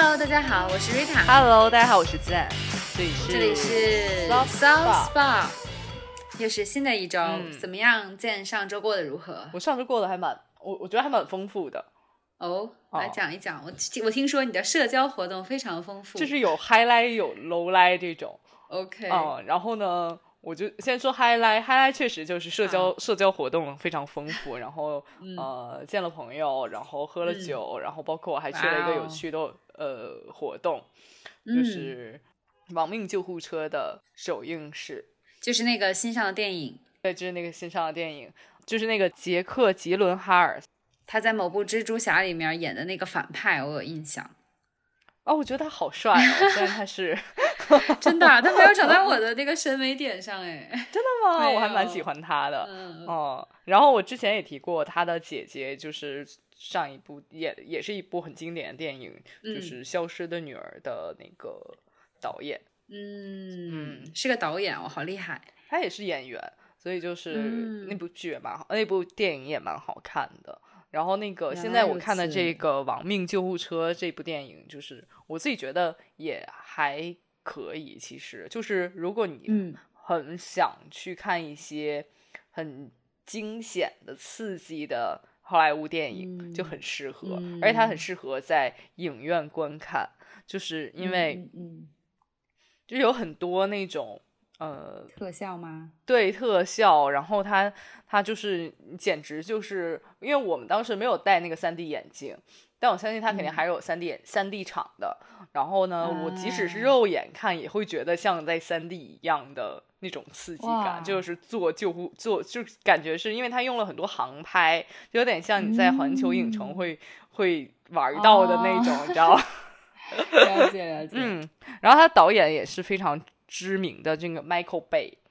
Hello， 大家好，我是 Rita。 Hello， 大家好，我是赞。 这里是 South Spa， 又是新的一周，怎么样？赞上周过得如何？ 我上周过得还蛮，我觉得还蛮丰富的。 来讲一讲。我听说你的社交活动非常丰富， 就是有 highlight 有 lowlight 这种。 OK， 然后呢，我就先说 highlight 确实就是社交活动非常丰富，然后见了朋友，然后喝了酒，然后包括我还去了一个有趣的活动，就是亡命救护车的首映式， 就是那个新上的电影。 对，就是那个新上的电影，就是那个杰克·吉伦哈尔， 他在某部蜘蛛侠里面演的那个反派，我有印象。 我觉得他好帅哦，虽然他是真的，他没有长在我的那个审美点上哎。 真的吗？我还蛮喜欢他的。然后我之前也提过他的姐姐，就是上一部也是一部很经典的电影，就是《消失的女儿》的那个导演。 是个导演，好厉害。 他也是演员，所以就是那部剧也蛮好，那部电影也蛮好看的。然后那个现在我看的这个《亡命救护车》这部电影，就是我自己觉得也还可以。其实就是如果你很想去看一些很惊险的、刺激的好莱坞电影，就很适合，而且它很适合在影院观看，就是因为就有很多那种特效吗？对， 特效，然后它就是简直就是因为我们当时没有戴那个 3D 眼镜，但我相信它肯定还有 3D 场的。然后呢，我即使是肉眼看也会觉得像在 3D 一样的那种刺激感，就是就感觉是因为它用了很多航拍，就有点像你在环球影城会玩到的那种，你知道吗？ 了解。 然后他导演也是非常知名的这个 Michael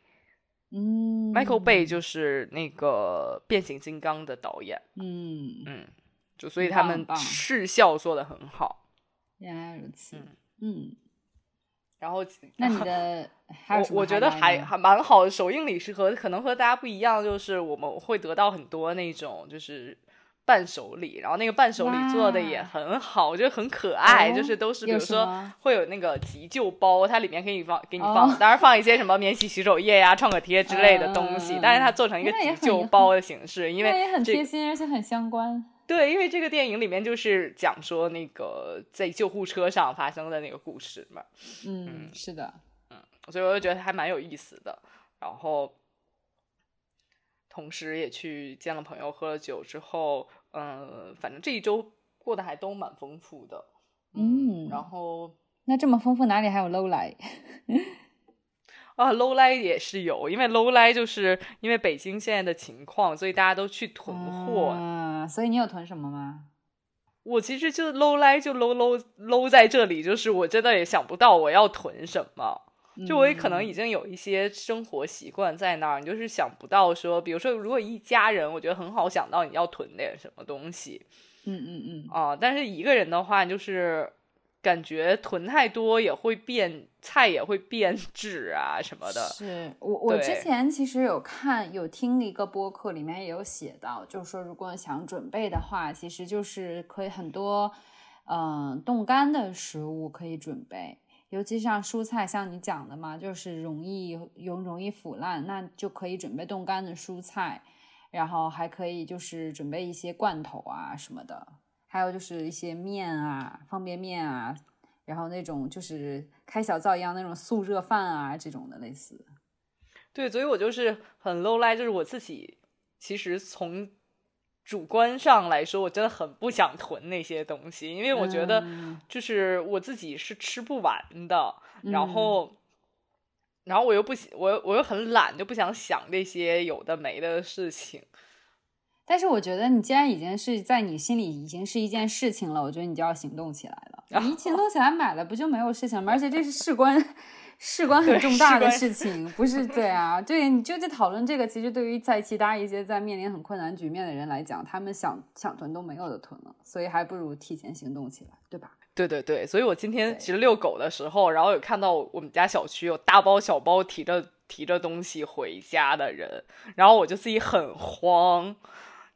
Bay。Michael Bay 就是那个变形金刚的导演。就所以他们视效做得很好。 原来如此。 然后那你的还有什么？ 我觉得还蛮好的。首映礼是可能和大家不一样，就是我们会得到很多那种就是伴手礼，然后那个伴手礼做的也很好，我觉得很可爱。就是都是比如说会有那个急救包，它里面给你放当然放一些什么免洗洗手液呀、创可贴之类的东西，但是它做成一个急救包的形式，因为也很贴心，而且很相关。 对，因为这个电影里面就是讲说那个在救护车上发生的那个故事嘛。 是的。 所以我就觉得还蛮有意思的。然后同时也去见了朋友，喝了酒之后，反正这一周过得还都蛮丰富的。然后那这么丰富，哪里还有 low light？ low light 也是有，因为 low light 就是因为北京现在的情况，所以大家都去囤货。 所以你有囤什么吗？ 我其实就 low light 就 low 在这里，就是我真的也想不到我要囤什么。就我也可能已经有一些生活习惯在那儿，你就是想不到说，比如说如果一家人，我觉得很好想到你要囤点什么东西。但是一个人的话，就是感觉囤太多也会变菜，也会变质啊什么的。 是我之前其实有听一个播客，里面也有写到，就是说如果想准备的话，其实就是可以很多冻干的食物可以准备。尤其像蔬菜，像你讲的嘛，就是容易腐烂，那就可以准备冻干的蔬菜，然后还可以就是准备一些罐头啊什么的，还有就是一些面啊，方便面啊，然后那种就是开小灶一样那种速热饭啊这种的类似。 对，所以我就是很 low light，就是我自己其实从主观上来说，我真的很不想囤那些东西，因为我觉得就是我自己是吃不完的。然后我又很懒，就不想想这些有的没的事情。 但是我觉得你既然已经是在你心里已经是一件事情了，我觉得你就要行动起来了。你一行动起来买了，不就没有事情吗？而且这是事关很重大的事情，不是？对啊，对，你就在讨论这个，其实对于在其他一些在面临很困难局面的人来讲，他们想囤都没有的囤了，所以还不如提前行动起来，对吧？ 对，所以我今天其实遛狗的时候，然后有看到我们家小区有大包小包提着东西回家的人，然后我就自己很慌。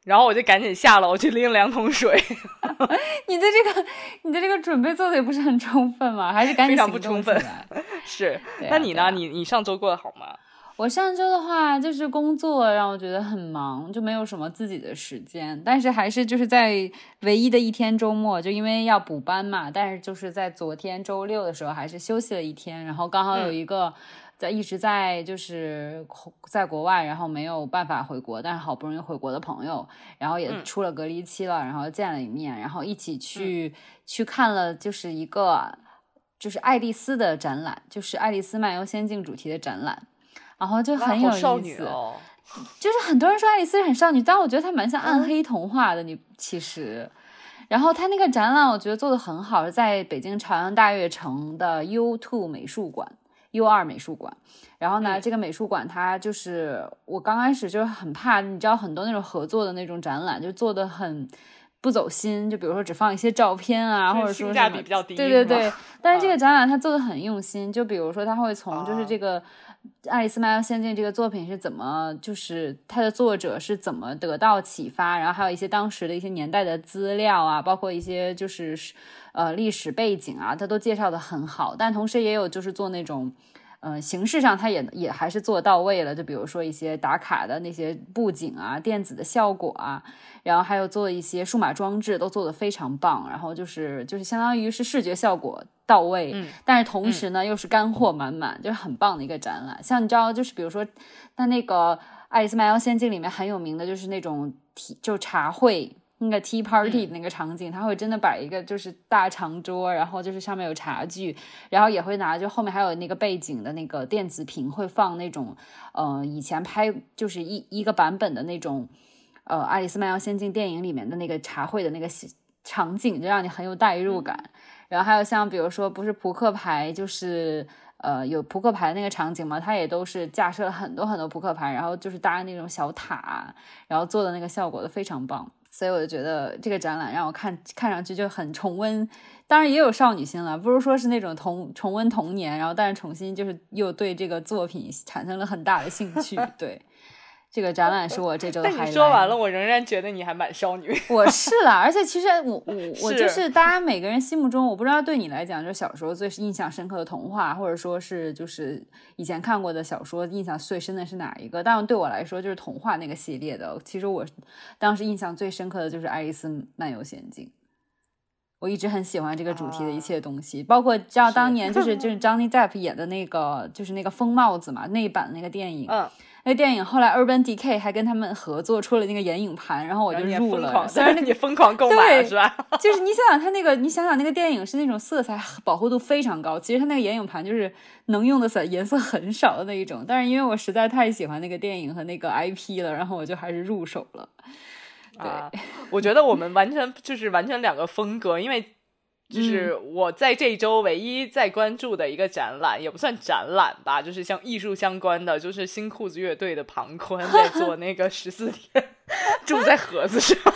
然后我就赶紧下楼去拎了2桶水。 你的这个准备做的也不是很充分吗？还是赶紧行动起来？非常不充分。 是，那你呢？你上周过得好吗？ 我上周的话就是工作让我觉得很忙，就没有什么自己的时间，但是还是就是在唯一的一天周末，就因为要补班嘛，但是就是在昨天周六的时候还是休息了一天，然后刚好有一个一直在就是在国外，然后没有办法回国，但是好不容易回国的朋友，然后也出了隔离期了，然后见了一面，然后一起去看了就是一个就是爱丽丝的展览，就是爱丽丝漫游仙境主题的展览。然后就很有意思，就是很多人说爱丽丝很少女，但我觉得她蛮像暗黑童话的。你其实，然后她那个展览我觉得做的很好，是在北京朝阳大悦城的 U2 美术馆 U2 美术馆。然后呢，这个美术馆它就是我刚开始就是很怕，你知道很多那种合作的那种展览就做的很不走心，就比如说只放一些照片啊，或者说性价比比较低。 对对对，但是这个展览它做的很用心，就比如说它会从就是这个爱丽丝漫游仙境这个作品是怎么，就是它的作者是怎么得到启发，然后还有一些当时的一些年代的资料啊，包括一些就是历史背景啊，它都介绍的很好，但同时也有就是做那种形式上它也还是做到位了，就比如说一些打卡的那些布景啊，电子的效果啊，然后还有做一些数码装置都做得非常棒，然后就是相当于是视觉效果到位，但是同时呢又是干货满满，就是很棒的一个展览。像你知道就是比如说它那个爱丽丝漫游仙境里面很有名的就是那种就茶会那个 tea party 的那个场景，他会真的摆一个就是大长桌，然后就是上面有茶具，然后也会拿就后面还有那个背景的那个电子屏会放那种以前拍就是一个版本的那种爱丽丝漫游仙境电影里面的那个茶会的那个场景，就让你很有代入感。然后还有像比如说不是扑克牌就是有扑克牌的那个场景嘛，它也都是架设了很多很多扑克牌，然后就是搭那种小塔，然后做的那个效果都非常棒。所以我就觉得这个展览让我看上去就很重温，当然也有少女心了，不是说是那种重温童年，然后但是重新就是又对这个作品产生了很大的兴趣。对，这个展览是我这周的 highlight。 但你说完了，我仍然觉得你还蛮少女。 我是啦，而且其实我就是大家每个人心目中，我不知道对你来讲，就是小时候最印象深刻的童话，或者说是就是以前看过的小说，印象最深的是哪一个？但对我来说，就是童话那个系列的。其实我当时印象最深刻的就是《爱丽丝漫游仙境》。我一直很喜欢这个主题的一切东西，包括知道当年就是Johnny Depp 演的那个就是那个疯帽子嘛，那一版那个电影，那个电影后来 Urban Decay 还跟他们合作出了那个眼影盘，然后我就入了。 虽然你疯狂购买了是吧？ 就是你想想那个电影是那种色彩饱和度非常高，其实它那个眼影盘就是能用的颜色很少的那一种，但是因为我实在太喜欢那个电影和那个 IP 了，然后我就还是入手了。对， 我觉得我们完全两个风格，因为就是我在这一周唯一在关注的一个展览，也不算展览吧，就是像艺术相关的，就是新裤子乐队的庞宽在做那个14天住在盒子上。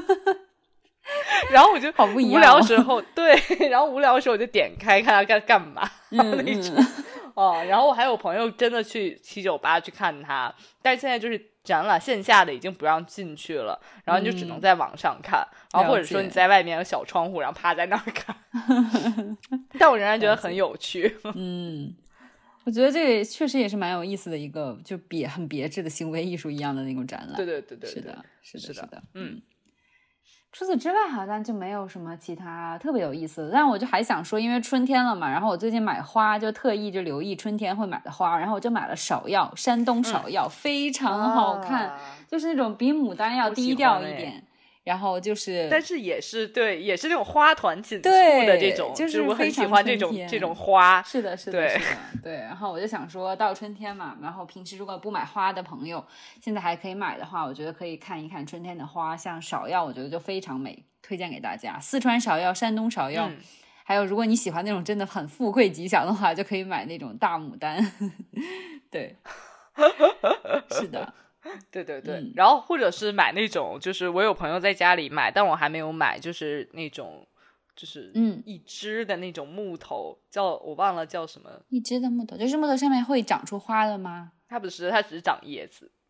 然后我就好不一样， 无聊时候对，然后无聊的时候我就点开看他干嘛那种。然后我还有朋友真的去798去看他，但是现在就是展览线下的已经不让进去了，然后你就只能在网上看，然后或者说你在外面有小窗户，然后趴在那儿看。但我仍然觉得很有趣。 我觉得这个确实也是蛮有意思的一个就很别致的行为艺术一样的那种展览。 对对对对， 是的。除此之外好像就没有什么其他特别有意思的，但我就还想说因为春天了嘛，然后我最近买花就特意就留意春天会买的花，然后我就买了芍药，山东芍药，非常好看，就是那种比牡丹要低调一点，然后就是但是也是对，也是那种花团锦簇的这种， 就是我很喜欢这种花。 是的对。然后我就想说到春天嘛，然后平时如果不买花的朋友现在还可以买的话，我觉得可以看一看春天的花，像芍药我觉得就非常美，推荐给大家。四川芍药、山东芍药，还有如果你喜欢那种真的很富贵吉祥的话，就可以买那种大牡丹。对，是的。 对对对，然后或者是买那种，就是我有朋友在家里买，但我还没有买，就是那种就是一支的那种木头，我忘了叫什么。 一支的木头，就是木头上面会长出花的吗？ 它不是，它只是长叶子。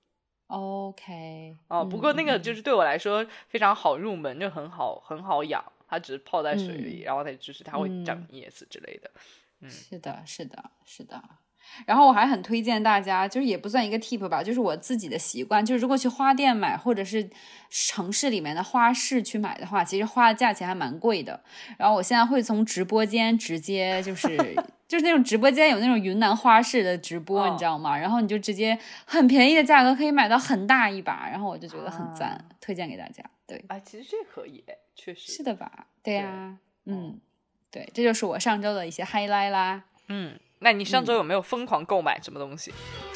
OK， 不过那个就是对我来说非常好入门，就很好养，它只是泡在水里，然后它会长叶子之类的。 是的，是的，是的。然后我还很推荐大家，就是也不算一个 tip 吧，就是我自己的习惯，就是如果去花店买或者是城市里面的花市去买的话，其实花的价钱还蛮贵的。然后我现在会从直播间直接就是那种直播间有那种云南花市的直播，你知道吗？然后你就直接很便宜的价格可以买到很大一把，然后我就觉得很赞，推荐给大家。对， 其实这可以，确实是的吧？对呀，对，这就是我上周的一些 highlight 啦。 那你上周有没有疯狂购买什么东西？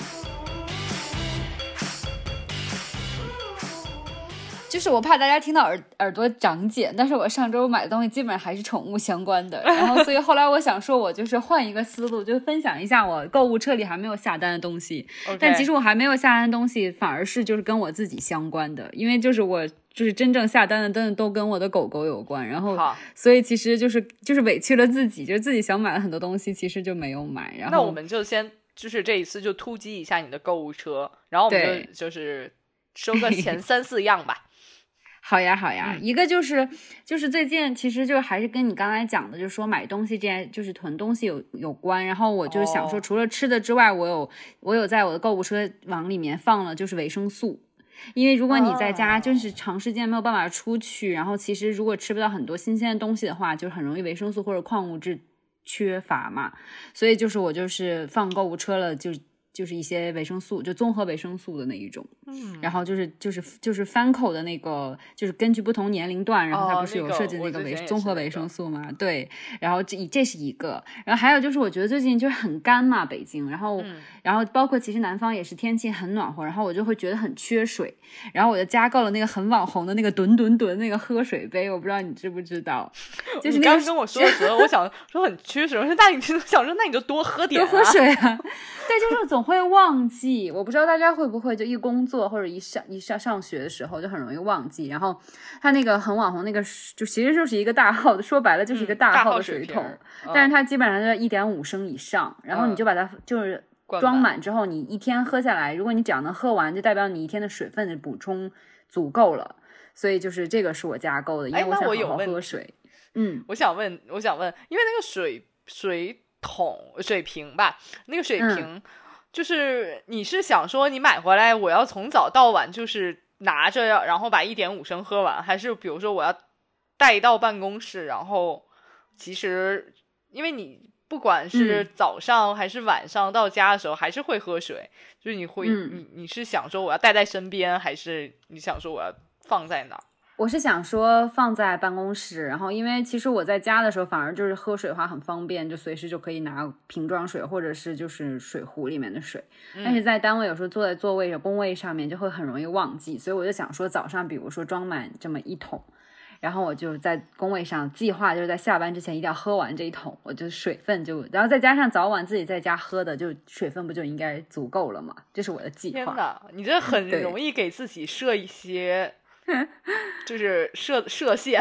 就是我怕大家听到耳朵长茧，但是我上周买的东西基本上还是宠物相关的，然后所以后来我想说我就是换一个思路，就分享一下我购物车里还没有下单的东西。但其实我还没有下单的东西反而是就是跟我自己相关的，因为就是我就是真正下单的真的都跟我的狗狗有关，然后所以其实就是委屈了自己，就是自己想买的很多东西其实就没有买。然后那我们就先就是这一次就突击一下你的购物车，然后我们就是收个前3-4样吧。 好呀好呀，一个就是最近其实就还是跟你刚才讲的，就是说买东西这件就是囤东西有关，然后我就想说除了吃的之外，我有在我的购物车往里面放了就是维生素。因为如果你在家就是长时间没有办法出去，然后其实如果吃不到很多新鲜的东西的话，就很容易维生素或者矿物质缺乏嘛，所以就是我就是放购物车了，就是一些维生素，就综合维生素的那一种，然后就是翻口的那个，就是根据不同年龄段，然后它不是有设计那个综合维生素嘛？对，然后这是一个，然后还有就是我觉得最近就是很干嘛，北京，然后包括其实南方也是天气很暖和，然后我就会觉得很缺水，然后我就加购了那个很网红的那个吨那个喝水杯，我不知道你知不知道，就是你刚跟我说的时候，我想说很缺水，我说那你就多喝点， 多喝水啊，对，就是总会忘记，我不知道大家会不会就一工作或者一上学的时候就很容易忘记。然后它那个很网红那个就其实就是一个大号的，说白了就是一个大号的水桶，但是它基本上就在1.5升以上，然后你就把它就是装满之后，你一天喝下来，如果你只要能喝完，就代表你一天的水分的补充足够了。所以就是这个是我加购的，因为我想好好喝水。 我想问，因为那个水瓶吧，那个水瓶。就是你是想说你买回来我要从早到晚就是拿着然后把1.5升喝完，还是比如说我要带到办公室，然后其实因为你不管是早上还是晚上到家的时候还是会喝水，就是你会你是想说我要带在身边，还是你想说我要放在哪儿？ 我是想说放在办公室，然后因为其实我在家的时候反而就是喝水的话很方便，就随时就可以拿瓶装水或者是就是水壶里面的水，但是在单位有时候坐在座位工位上面就会很容易忘记，所以我就想说早上比如说装满这么1桶，然后我就在工位上计划就是在下班之前一定要喝完这1桶，我就水分就，然后再加上早晚自己在家喝的，就水分不就应该足够了吗？这是我的计划。 天哪，你这很容易给自己设一些就是设限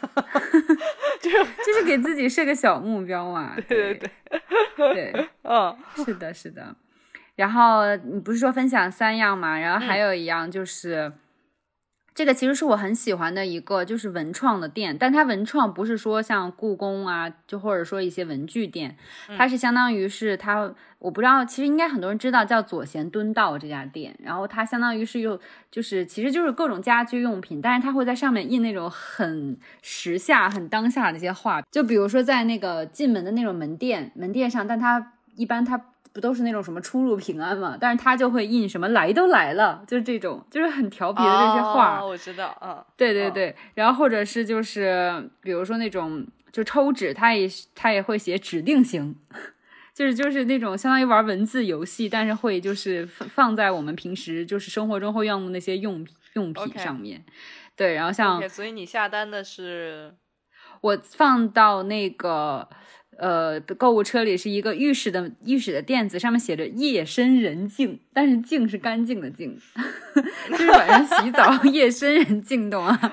就是给自己设个小目标嘛。 对， 是的。然后你不是说分享3样嘛，然后还有一样就是这个其实是我很喜欢的一个就是文创的店，但它文创不是说像故宫啊，就或者说一些文具店，它是相当于是它，我不知道，其实应该很多人知道叫左贤敦道这家店，然后它相当于是就是其实就是各种家居用品，但是它会在上面印那种很时下很当下的一些画，就比如说在那个进门的那种门店上，但它一般它不都是那种什么出入平安嘛，但是他就会印什么来都来了，就是这种就是很调皮的这些话。 我知道， 对，然后或者是就是比如说那种就抽纸，他也会写指定型，就是那种相当于玩文字游戏，但是会就是放在我们平时就是生活中会用的那些用品上面。对，然后像所以你下单的是我放到那个购物车里是一个浴室的垫子，上面写着夜深人静，但是静是干净的静就是晚上洗澡夜深人静，懂吗？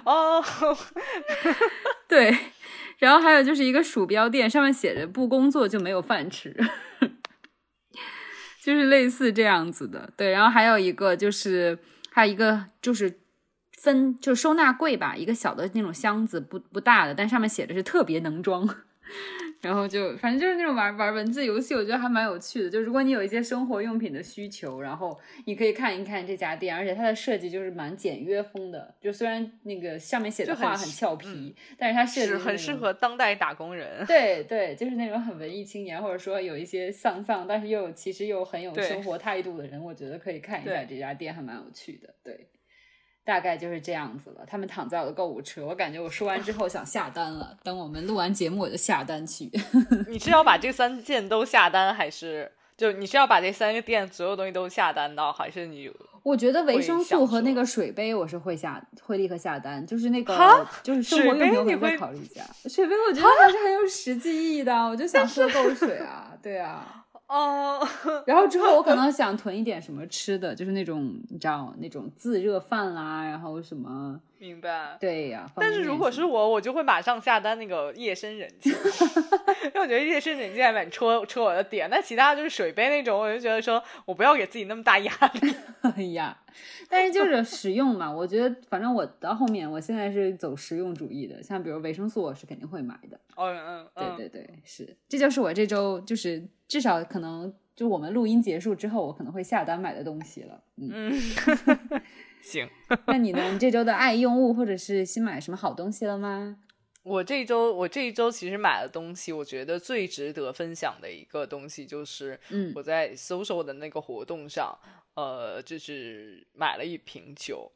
对，然后还有就是一个鼠标垫，上面写着不工作就没有饭吃就是类似这样子的。对，然后还有一个就是还有一个就是就是收纳柜吧，一个小的那种箱子，不大的，但上面写的是特别能装。然后就反正就是那种玩文字游戏，我觉得还蛮有趣的。就如果你有一些生活用品的需求，然后你可以看一看这家店，而且它的设计就是蛮简约风的。就虽然那个上面写的话很俏皮，但是它设计很适合当代打工人。 对对，就是那种很文艺青年，或者说有一些丧，但是其实又很有生活态度的人，我觉得可以看一下这家店，还蛮有趣的。对。大概就是这样子了，他们躺在我的购物车，我感觉我说完之后想下单了，等我们录完节目我就下单去。 你是要把这3件都下单，还是就你是要把这3个店所有东西都下单到，还是你？ 我觉得维生素和那个水杯我是会立刻下单，就是那个就是生活用品我会再考虑一下。水杯我觉得还是很有实际意义的，我就想喝够水啊，对啊。然后之后我可能想囤一点什么吃的，就是那种你知道那种自热饭啦，然后什么， 明白？ 对呀。 但是如果是我就会马上下单那个液身忍剂，因为我觉得液身忍剂还蛮戳我的点。但其他就是水杯那种，我就觉得说我不要给自己那么大压力。 哎呀，但是就是实用嘛，我觉得反正我到后面我现在是走实用主义的，像比如维生素我是肯定会买的。对，是，这就是我这周就是至少可能就我们录音结束之后我可能会下单买的东西了。 行。 那你呢？你这周的爱用物或者是新买什么好东西了吗？ 我这一周其实买的东西，我觉得最值得分享的一个东西就是我在 social 的那个活动上就是买了一瓶酒。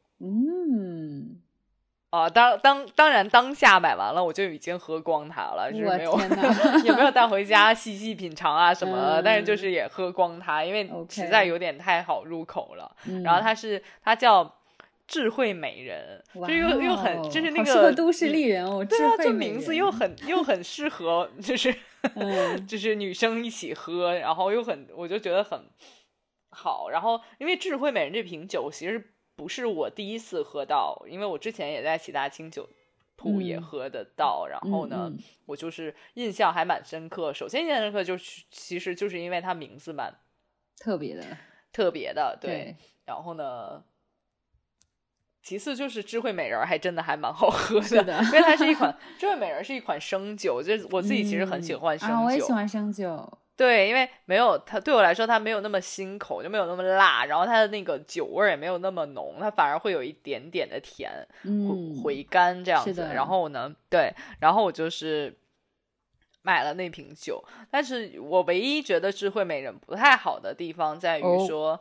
当然当下买完了我就已经喝光它了，就是没有也没有带回家细细品尝啊什么的，但是就是也喝光它，因为实在有点太好入口了。然后它叫智慧美人，就又很就是那个好适合都市丽人哦。 对啊，这名字又很适合就是就是女生一起喝，然后我就觉得很好。然后因为智慧美人这瓶酒其实不是我第一次喝到，因为我之前也在其他清酒铺也喝得到。然后呢我就是印象还蛮深刻。首先印象深刻就是其实就是因为它名字蛮特别的，对。然后呢其次就是智慧美人还真的还蛮好喝的，因为它是一款智慧美人是一款生酒，就是我自己其实很喜欢生酒。 我也喜欢生酒。 对，因为没有它对我来说它没有那么辛口，就没有那么辣，然后它的那个酒味也没有那么浓，它反而会有一点点的甜，回甘这样子。然后呢对，然后我就是买了那瓶酒。但是我唯一觉得智慧美人不太好的地方在于说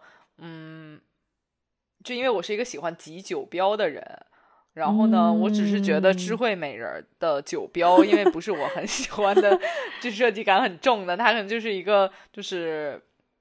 就因为我是一个喜欢集酒标的人，然后呢我只是觉得智慧美人的酒标因为不是我很喜欢的就设计感很重的，它可能就是一个就是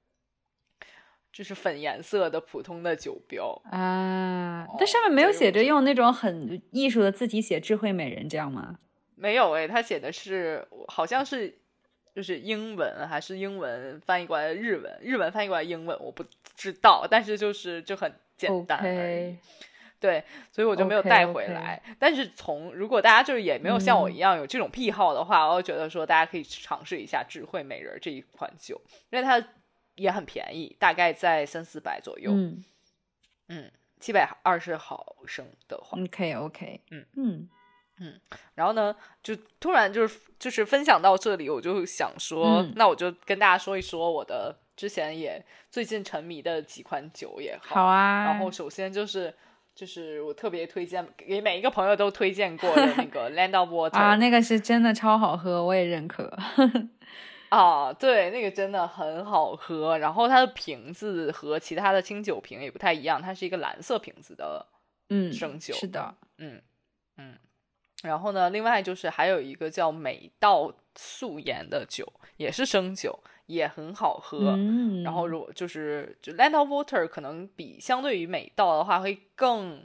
粉颜色的普通的酒标啊。但上面没有写着用那种很艺术的字体写智慧美人这样吗？ 没有它写的是好像是就是英文还是英文翻译过来的日文翻译过来英文我不知道，但是就很简单而已。对，所以我就没有带回来。但是如果大家就是也没有像我一样有这种癖好的话，我觉得说大家可以尝试一下智慧美人这一款酒，因为它也很便宜，大概在300-400左右。720毫升的话 OK。 然后呢就突然就是分享到这里，我就想说那我就跟大家说一说我的之前也最近沉迷的几款酒也好啊。 然后首先就是我特别推荐给每一个朋友都推荐过的那个 Land of Water 啊，那个是真的超好喝，我也认可对，那个真的很好喝。然后它的瓶子和其他的清酒瓶也不太一样，它是一个蓝色瓶子的生酒。 是的。 然后呢另外就是还有一个叫美道素颜的酒，也是生酒，也很好喝。然后就 Land of Water 可能相对于美道的话会更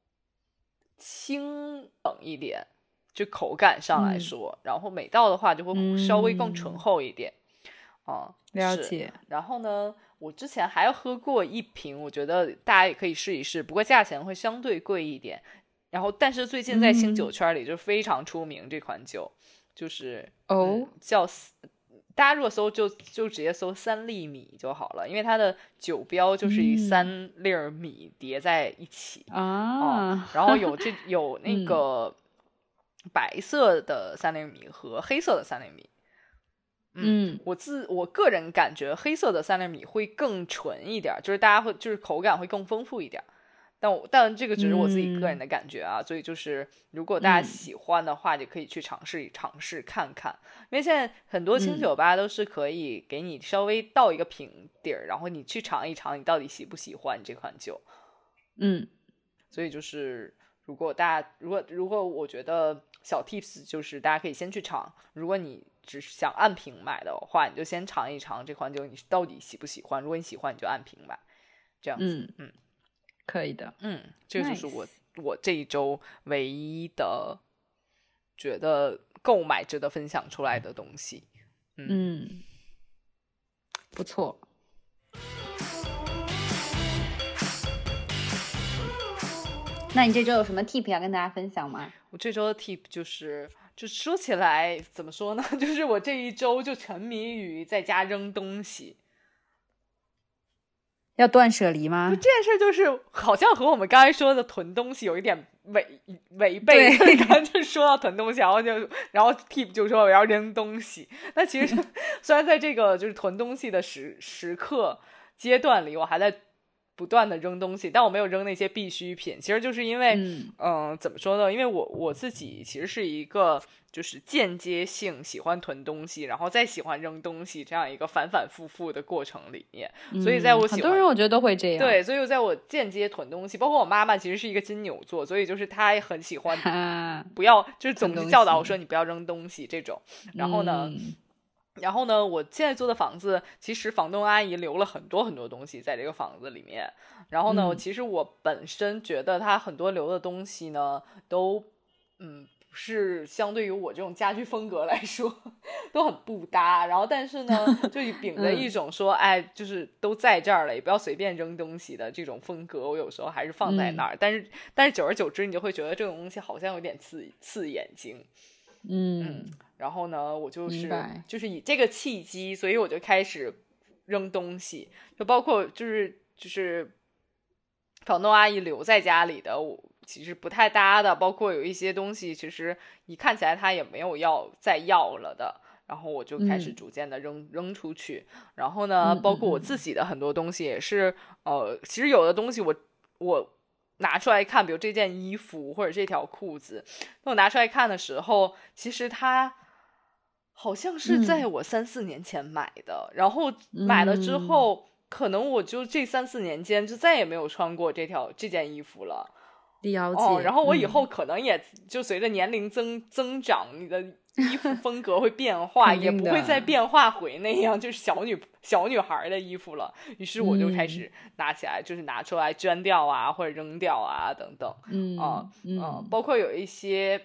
清冷一点，就口感上来说。然后美道的话就会稍微更醇厚一点。 了解。 然后呢我之前还喝过一瓶，我觉得大家也可以试一试，不过价钱会相对贵一点。然后但是最近在清酒圈里就非常出名，这款酒就是叫大家如果搜就直接搜3粒米就好了，因为它的酒标就是以3粒米叠在一起啊。 然后有那个白色的3粒米和黑色的3粒米。我个人感觉黑色的3粒米会更纯一点，就是大家会就是口感会更丰富一点。但这个只是我自己个人的感觉啊，所以就是如果大家喜欢的话，就可以去尝试看看。因为现在很多清酒吧都是可以给你稍微倒一个瓶底儿，然后你去尝一尝，你到底喜不喜欢这款酒。所以就是如果我觉得小 tips 就是大家可以先去尝，如果你只是想按瓶买的话，你就先尝一尝这款酒你到底喜不喜欢，如果你喜欢你就按瓶买，这样子。 可以的。 这个就是我这一周唯一的觉得购买值得分享出来的东西。 不错。那你这周有什么 tip 要跟大家分享吗？ 我这周的 tip 就说起来怎么说呢，就是我这一周就沉迷于在家扔东西。 要断舍离吗？ 这件事就是好像和我们刚才说的囤东西有一点违背。刚才就说到囤东西，然后 tip 就说我要扔东西。那其实虽然在这个就是囤东西的时刻阶段里，我还在不断的扔东西，但我没有扔那些必需品。其实就是因为怎么说呢，因为我自己其实是一个就是间接性喜欢囤东西，然后再喜欢扔东西这样一个反反复复的过程里面。所以在我很多人我觉得都会这样。 对，所以在我间接囤东西，包括我妈妈其实是一个金牛座，所以就是她也很喜欢不要就是总是教导我说你不要扔东西这种。然后呢，我现在租的房子，其实房东阿姨留了很多很多东西在这个房子里面。然后呢，其实我本身觉得她很多留的东西呢，都不是相对于我这种家居风格来说都很不搭。然后但是呢，就秉着一种说，哎，就是都在这儿了，也不要随便扔东西的这种风格，我有时候还是放在那儿。但是久而久之，你就会觉得这种东西好像有点刺眼睛。然后呢，我就是以这个契机，所以我就开始扔东西，就包括就是房东阿姨留在家里的，我其实不太搭的，包括有一些东西，其实一看起来他也没有再要了的，然后我就开始逐渐的扔出去。然后呢，包括我自己的很多东西也是，其实有的东西我拿出来看，比如这件衣服或者这条裤子，那我拿出来看的时候，其实它好像是在我3-4年前买的，然后买了之后，可能我就这3-4年间就再也没有穿过这件衣服了。 了解。 然后我以后可能也就随着年龄增长，你的衣服风格会变化，也不会再变化回那样就是小女孩的衣服了。于是我就开始拿起来，就是拿出来捐掉啊，或者扔掉啊等等。包括有一些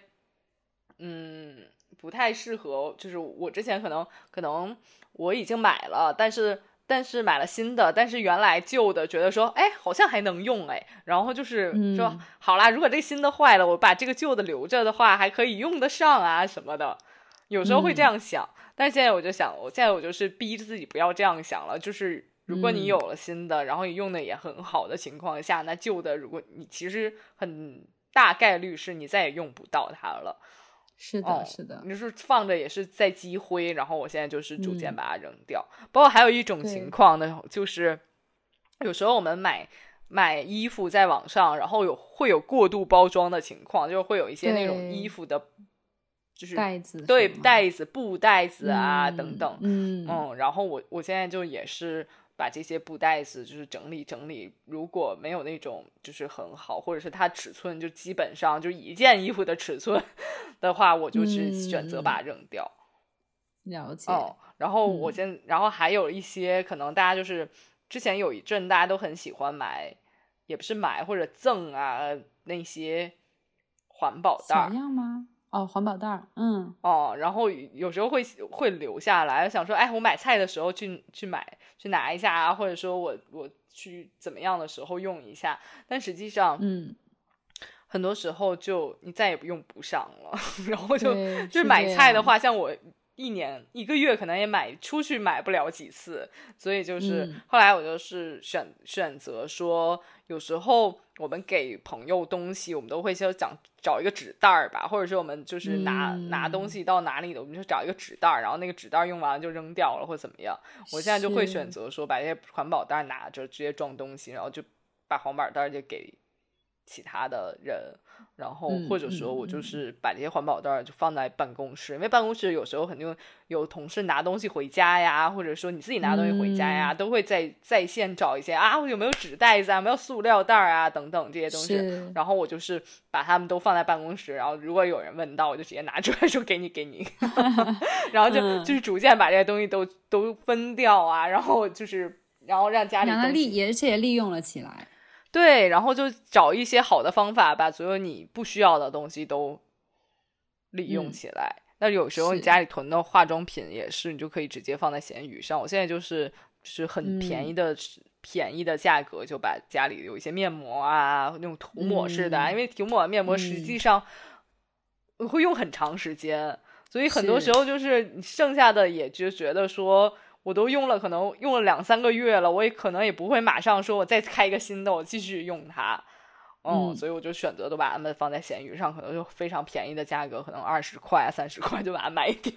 不太适合，就是我之前可能我已经买了，但是买了新的，但是原来旧的觉得说哎好像还能用哎，然后就是说好啦，如果这新的坏了，我把这个旧的留着的话还可以用得上啊什么的，有时候会这样想。但是现在我就是逼着自己不要这样想了，就是如果你有了新的，然后你用的也很好的情况下，那旧的如果你其实很大概率是你再也用不到它了。 是的是的， 你就是放着也是在积灰，然后我现在就是逐渐把它扔掉。包括还有一种情况呢，就是有时候我们买衣服在网上，然后会有过度包装的情况，就是会有一些那种衣服的就是袋子， 对，袋子布袋子啊等等。然后我现在就也是把这些布袋子就是整理，如果没有那种就是很好，或者是它尺寸就基本上就一件衣服的尺寸的话，我就是选择把它扔掉。 了解。 然后然后还有一些可能大家就是之前有一阵大家都很喜欢买，也不是买或者赠啊那些环保袋。 小样吗？环保袋。 然后有时候会留下来，想说哎我买菜的时候去拿一下啊，或者说我去怎么样的时候用一下，但实际上很多时候就你再也用不上了。然后就是买菜的话，像我一个月可能也出去买不了几次，所以就是后来我就是选择说，有时候我们给朋友东西，我们都会先找一个纸袋吧，或者是我们就是拿东西到哪里的，我们就找一个纸袋，然后那个纸袋用完了就扔掉了或怎么样。我现在就会选择说把这些环保袋拿着直接装东西，然后就把环保袋就给其他的人，然后或者说我就是把这些环保袋就放在办公室，因为办公室有时候肯定有同事拿东西回家呀，或者说你自己拿东西回家呀，都会在线找一些我有没有纸袋子啊，有没有塑料袋啊等等这些东西，然后我就是把它们都放在办公室，然后如果有人问到，我就直接拿出来说给你然后就是逐渐把这些东西都分掉啊，然后让家里而且也利用了起来。 对，然后就找一些好的方法，把所有你不需要的东西都利用起来。那有时候你家里囤的化妆品也是，你就可以直接放在闲鱼上。我现在就是很便宜的价格，就把家里有一些面膜啊，那种涂抹式的，因为涂抹面膜实际上会用很长时间，所以很多时候就是你剩下的也就觉得说。我都可能用了2-3个月了，我也可能也不会马上说我再开一个新的我继续用它，所以我就选择都把它们放在闲鱼上，可能就非常便宜的价格，可能20块30块就把它卖掉。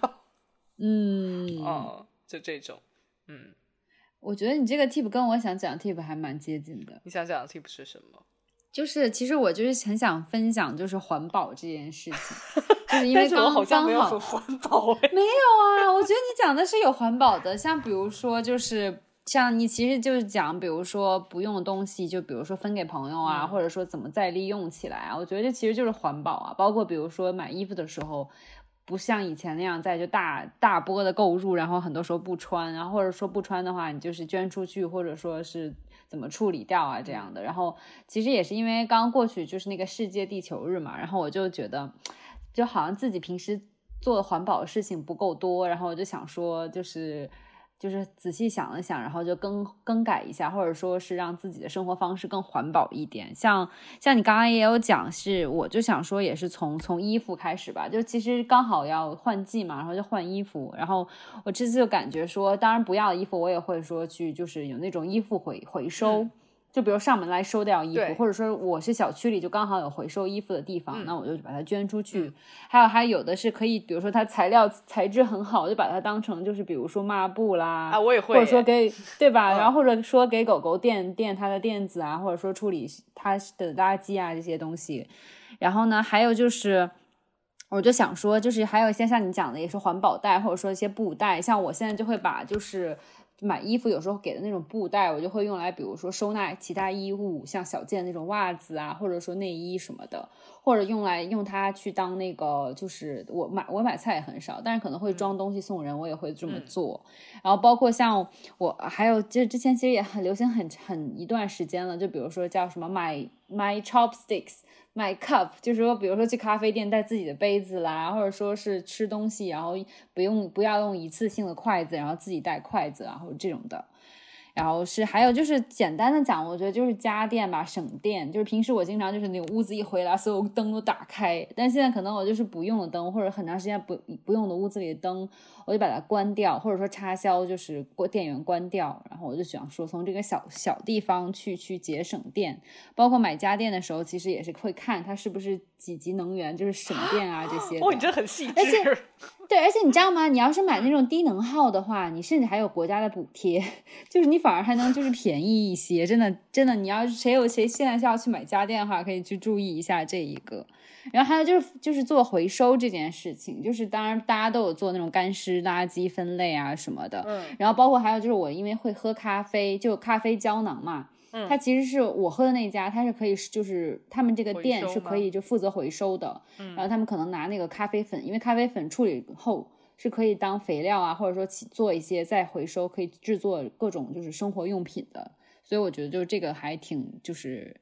就这种。 我觉得你这个 tip 跟我想讲 tip 还蛮接近的。 你想讲的 tip 是什么？ 就是其实我就是很想分享就是环保这件事情。就是因为但是我好像没有很环保。 没有啊，我觉得你讲的是有环保的，像比如说就是像你其实就是讲比如说不用的东西，就比如说分给朋友啊，或者说怎么再利用起来啊，我觉得这其实就是环保啊。包括比如说买衣服的时候不像以前那样就大波的购入，然后很多时候不穿，然后或者说不穿的话你就是捐出去，或者说是怎么处理掉啊这样的。然后其实也是因为刚过去就是那个世界地球日嘛，然后我就觉得就好像自己平时做的环保的事情不够多，然后我就想说就是仔细想了想，然后就更改一下，或者说是让自己的生活方式更环保一点。像你刚刚也有讲，我就想说也是从衣服开始吧，就其实刚好要换季嘛，然后就换衣服。然后我这次就感觉说，当然不要的衣服我也会说去就是有那种衣服回收。就比如上门来收掉衣服，或者说我是小区里就刚好有回收衣服的地方，那我就把它捐出去。还有的是可以比如说它材质很好，就把它当成就是比如说抹布啦我也会， 或者说对吧然后或者说给狗狗垫它的垫子啊，或者说处理它的垃圾啊这些东西。然后呢还有就是我就想说就是还有一些像你讲的也是环保袋，或者说一些布袋，像我现在就会把就是买衣服有时候给的那种布袋，我就会用来比如说收纳其他衣物，像小件那种袜子啊，或者说内衣什么的，或者用它去当那个就是我买菜也很少，但是可能会装东西送人，我也会这么做。然后包括像我还有就之前其实也很流行很一段时间了，就比如说叫什么my chopsticks my cup， 就是说比如说去咖啡店带自己的杯子啦，或者说是吃东西然后不要用一次性的筷子，然后自己带筷子啊或者这种的。然后还有就是简单的讲，我觉得就是家电吧，省电。就是平时我经常就是那个屋子一回来所有灯都打开，但现在可能我就是不用的灯，或者很长时间不用的屋子里的灯我就把它关掉，或者说插销就是电源关掉。然后我就想说从这个小地方去节省电。包括买家电的时候其实也是会看它是不是几级能源，就是省电啊这些的。 你真的很细致。 而且你知道吗，你要是买那种低能耗的话，你甚至还有国家的补贴，就是你反而还能就是便宜一些。真的你要谁现在是要去买家电的话，可以去注意一下这一个。然后还有就是做回收这件事情，就是当然大家都有做那种干湿垃圾分类啊什么的。然后包括还有就是我因为会喝咖啡，就咖啡胶囊嘛，它其实是我喝的那家，它是可以就是他们这个店是可以就负责回收的。然后他们可能拿那个咖啡粉，因为咖啡粉处理后是可以当肥料啊，或者说做一些再回收，可以制作各种就是生活用品的。所以我觉得就是这个还挺就是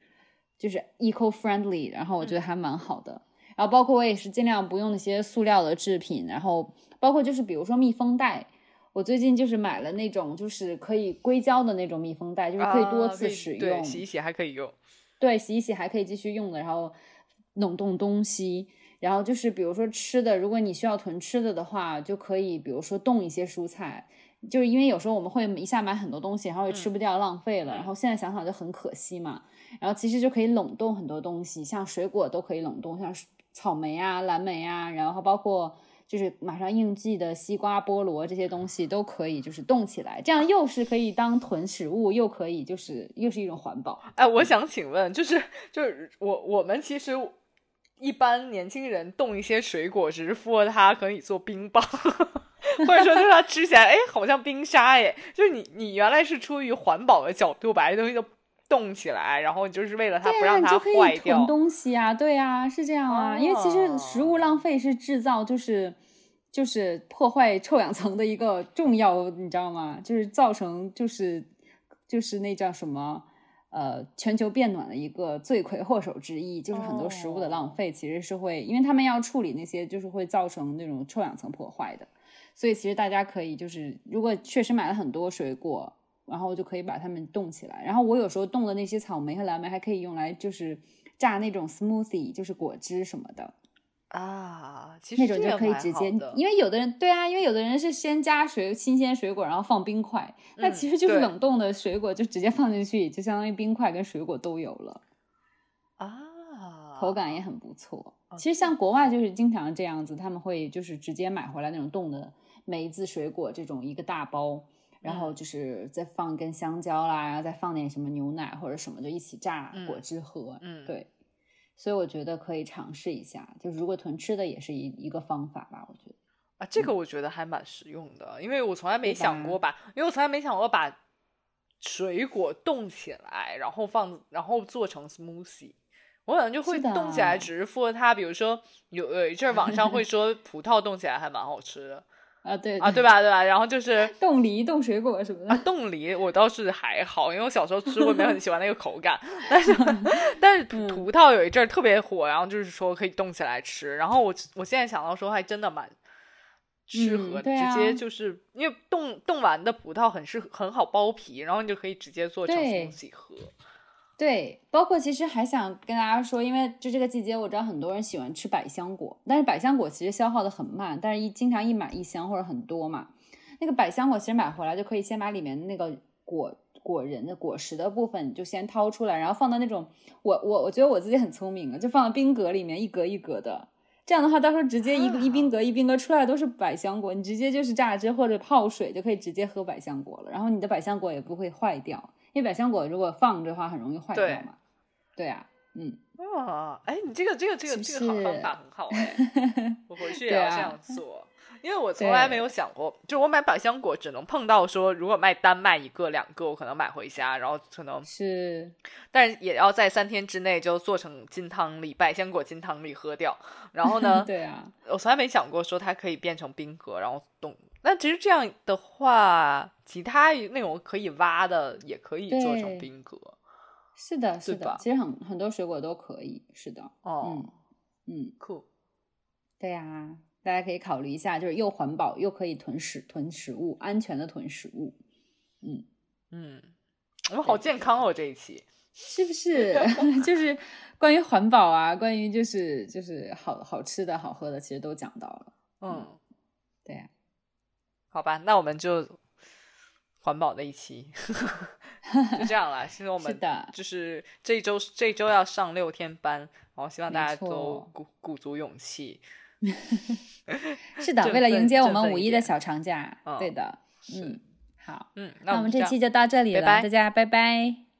eco friendly， 然后我觉得还蛮好的。然后包括我也是尽量不用那些塑料的制品，然后包括就是比如说密封袋，我最近就是买了那种就是可以硅胶的那种密封袋，就是可以多次使用， 对，洗一洗还可以用， 对，洗一洗还可以继续用的，然后冷冻东西。 然后就是比如说吃的，如果你需要囤吃的的话，就可以比如说冻一些蔬菜，就是因为有时候我们会一下买很多东西，然后也吃不掉，浪费了，然后现在想想就很可惜嘛。然后其实就可以冷冻很多东西，像水果都可以冷冻，像草莓啊、蓝莓啊，然后包括就是马上应季的西瓜、菠萝这些东西都可以就是冻起来，这样又是可以当囤食物，又可以就是又是一种环保。 哎，我想请问，就是我们其实一般年轻人冻一些水果，只是为了它可以做冰棒，或者说就是它吃起来，哎，好像冰沙哎，就是你原来是出于环保的角度把这东西都冻起来，然后就是为了它不让它坏掉。 对啊，你就可以囤东西啊，对啊，是这样啊，因为其实食物浪费是制造就是破坏臭氧层的一个重要，你知道吗？就是造成就是那叫什么全球变暖的一个罪魁祸首之一，就是很多食物的浪费其实是会，因为他们要处理那些就是会造成那种臭氧层破坏的，所以其实大家可以就是如果确实买了很多水果，然后就可以把它们冻起来。然后我有时候冻的那些草莓和蓝莓还可以用来就是榨那种 smoothie， 就是果汁什么的。 啊，其实那种就可以直接，因为有的人对啊，因为有的人是先加新鲜水果，然后放冰块，那其实就是冷冻的水果就直接放进去，就相当于冰块跟水果都有了啊， 口感也很不错。其实像国外就是经常这样子，他们会就是直接买回来那种冻的梅子水果这种一个大包，然后就是再放一根香蕉啦，然后再放点什么牛奶或者什么就一起榨果汁喝。对。所以我觉得可以尝试一下，就如果囤吃的也是一个方法吧，我觉得啊，这个我觉得还蛮实用的，因为我从来没想过把水果冻起来，然后做成 smoothie。我可能就会冻起来，只是for它，比如说有一阵网上会说葡萄冻起来还蛮好吃的。 啊，对啊，对吧？然后就是冻梨、冻水果什么的。 冻梨我倒是还好，因为我小时候吃过，没有很喜欢那个口感。但是葡萄有一阵特别火，然后就是说可以冻起来吃。然后我现在想到说，还真的蛮适合，直接就是因为冻完的葡萄很好剥皮，然后你就可以直接做成smoothie喝。 对，包括其实还想跟大家说，因为就这个季节我知道很多人喜欢吃百香果，但是百香果其实消耗的很慢，但是经常一买一箱或者很多嘛，那个百香果其实买回来就可以先把里面那个果仁的果实的部分就先掏出来，然后放到那种我觉得我自己很聪明，就放到冰格里面一格一格的，这样的话到时候直接一冰格一冰格出来都是百香果，你直接就是榨汁或者泡水就可以直接喝百香果了，然后你的百香果也不会坏掉，因为百香果如果放着的话很容易坏掉嘛。对啊， 哎，你这个好方法很好哎，我回去也要这样做。因为我从来没有想过，就我买百香果只能碰到说如果单卖1个2个我可能买回家，然后可能是， 但是也要在3天之内就做成金汤力，百香果金汤力喝掉。然后呢对啊， 我从来没想过说它可以变成冰格然后冻。那其实这样的话其他那种可以挖的也可以做成冰格。 是的是的，其实很多水果都可以，是的。 酷。 对啊，大家可以考虑一下，就是又环保又可以囤食物，安全的囤食物。 我们好健康哦这一期， 是不是？就是关于环保啊，关于就是好吃的好喝的，其实都讲到了。对啊， 好吧，那我们就环保的一期就这样啦。其实我们就是这一周要上6天班，然后希望大家都鼓足勇气。 是的，为了迎接我们5一的小长假。对的。好，那我们这期就到这里了，大家拜拜。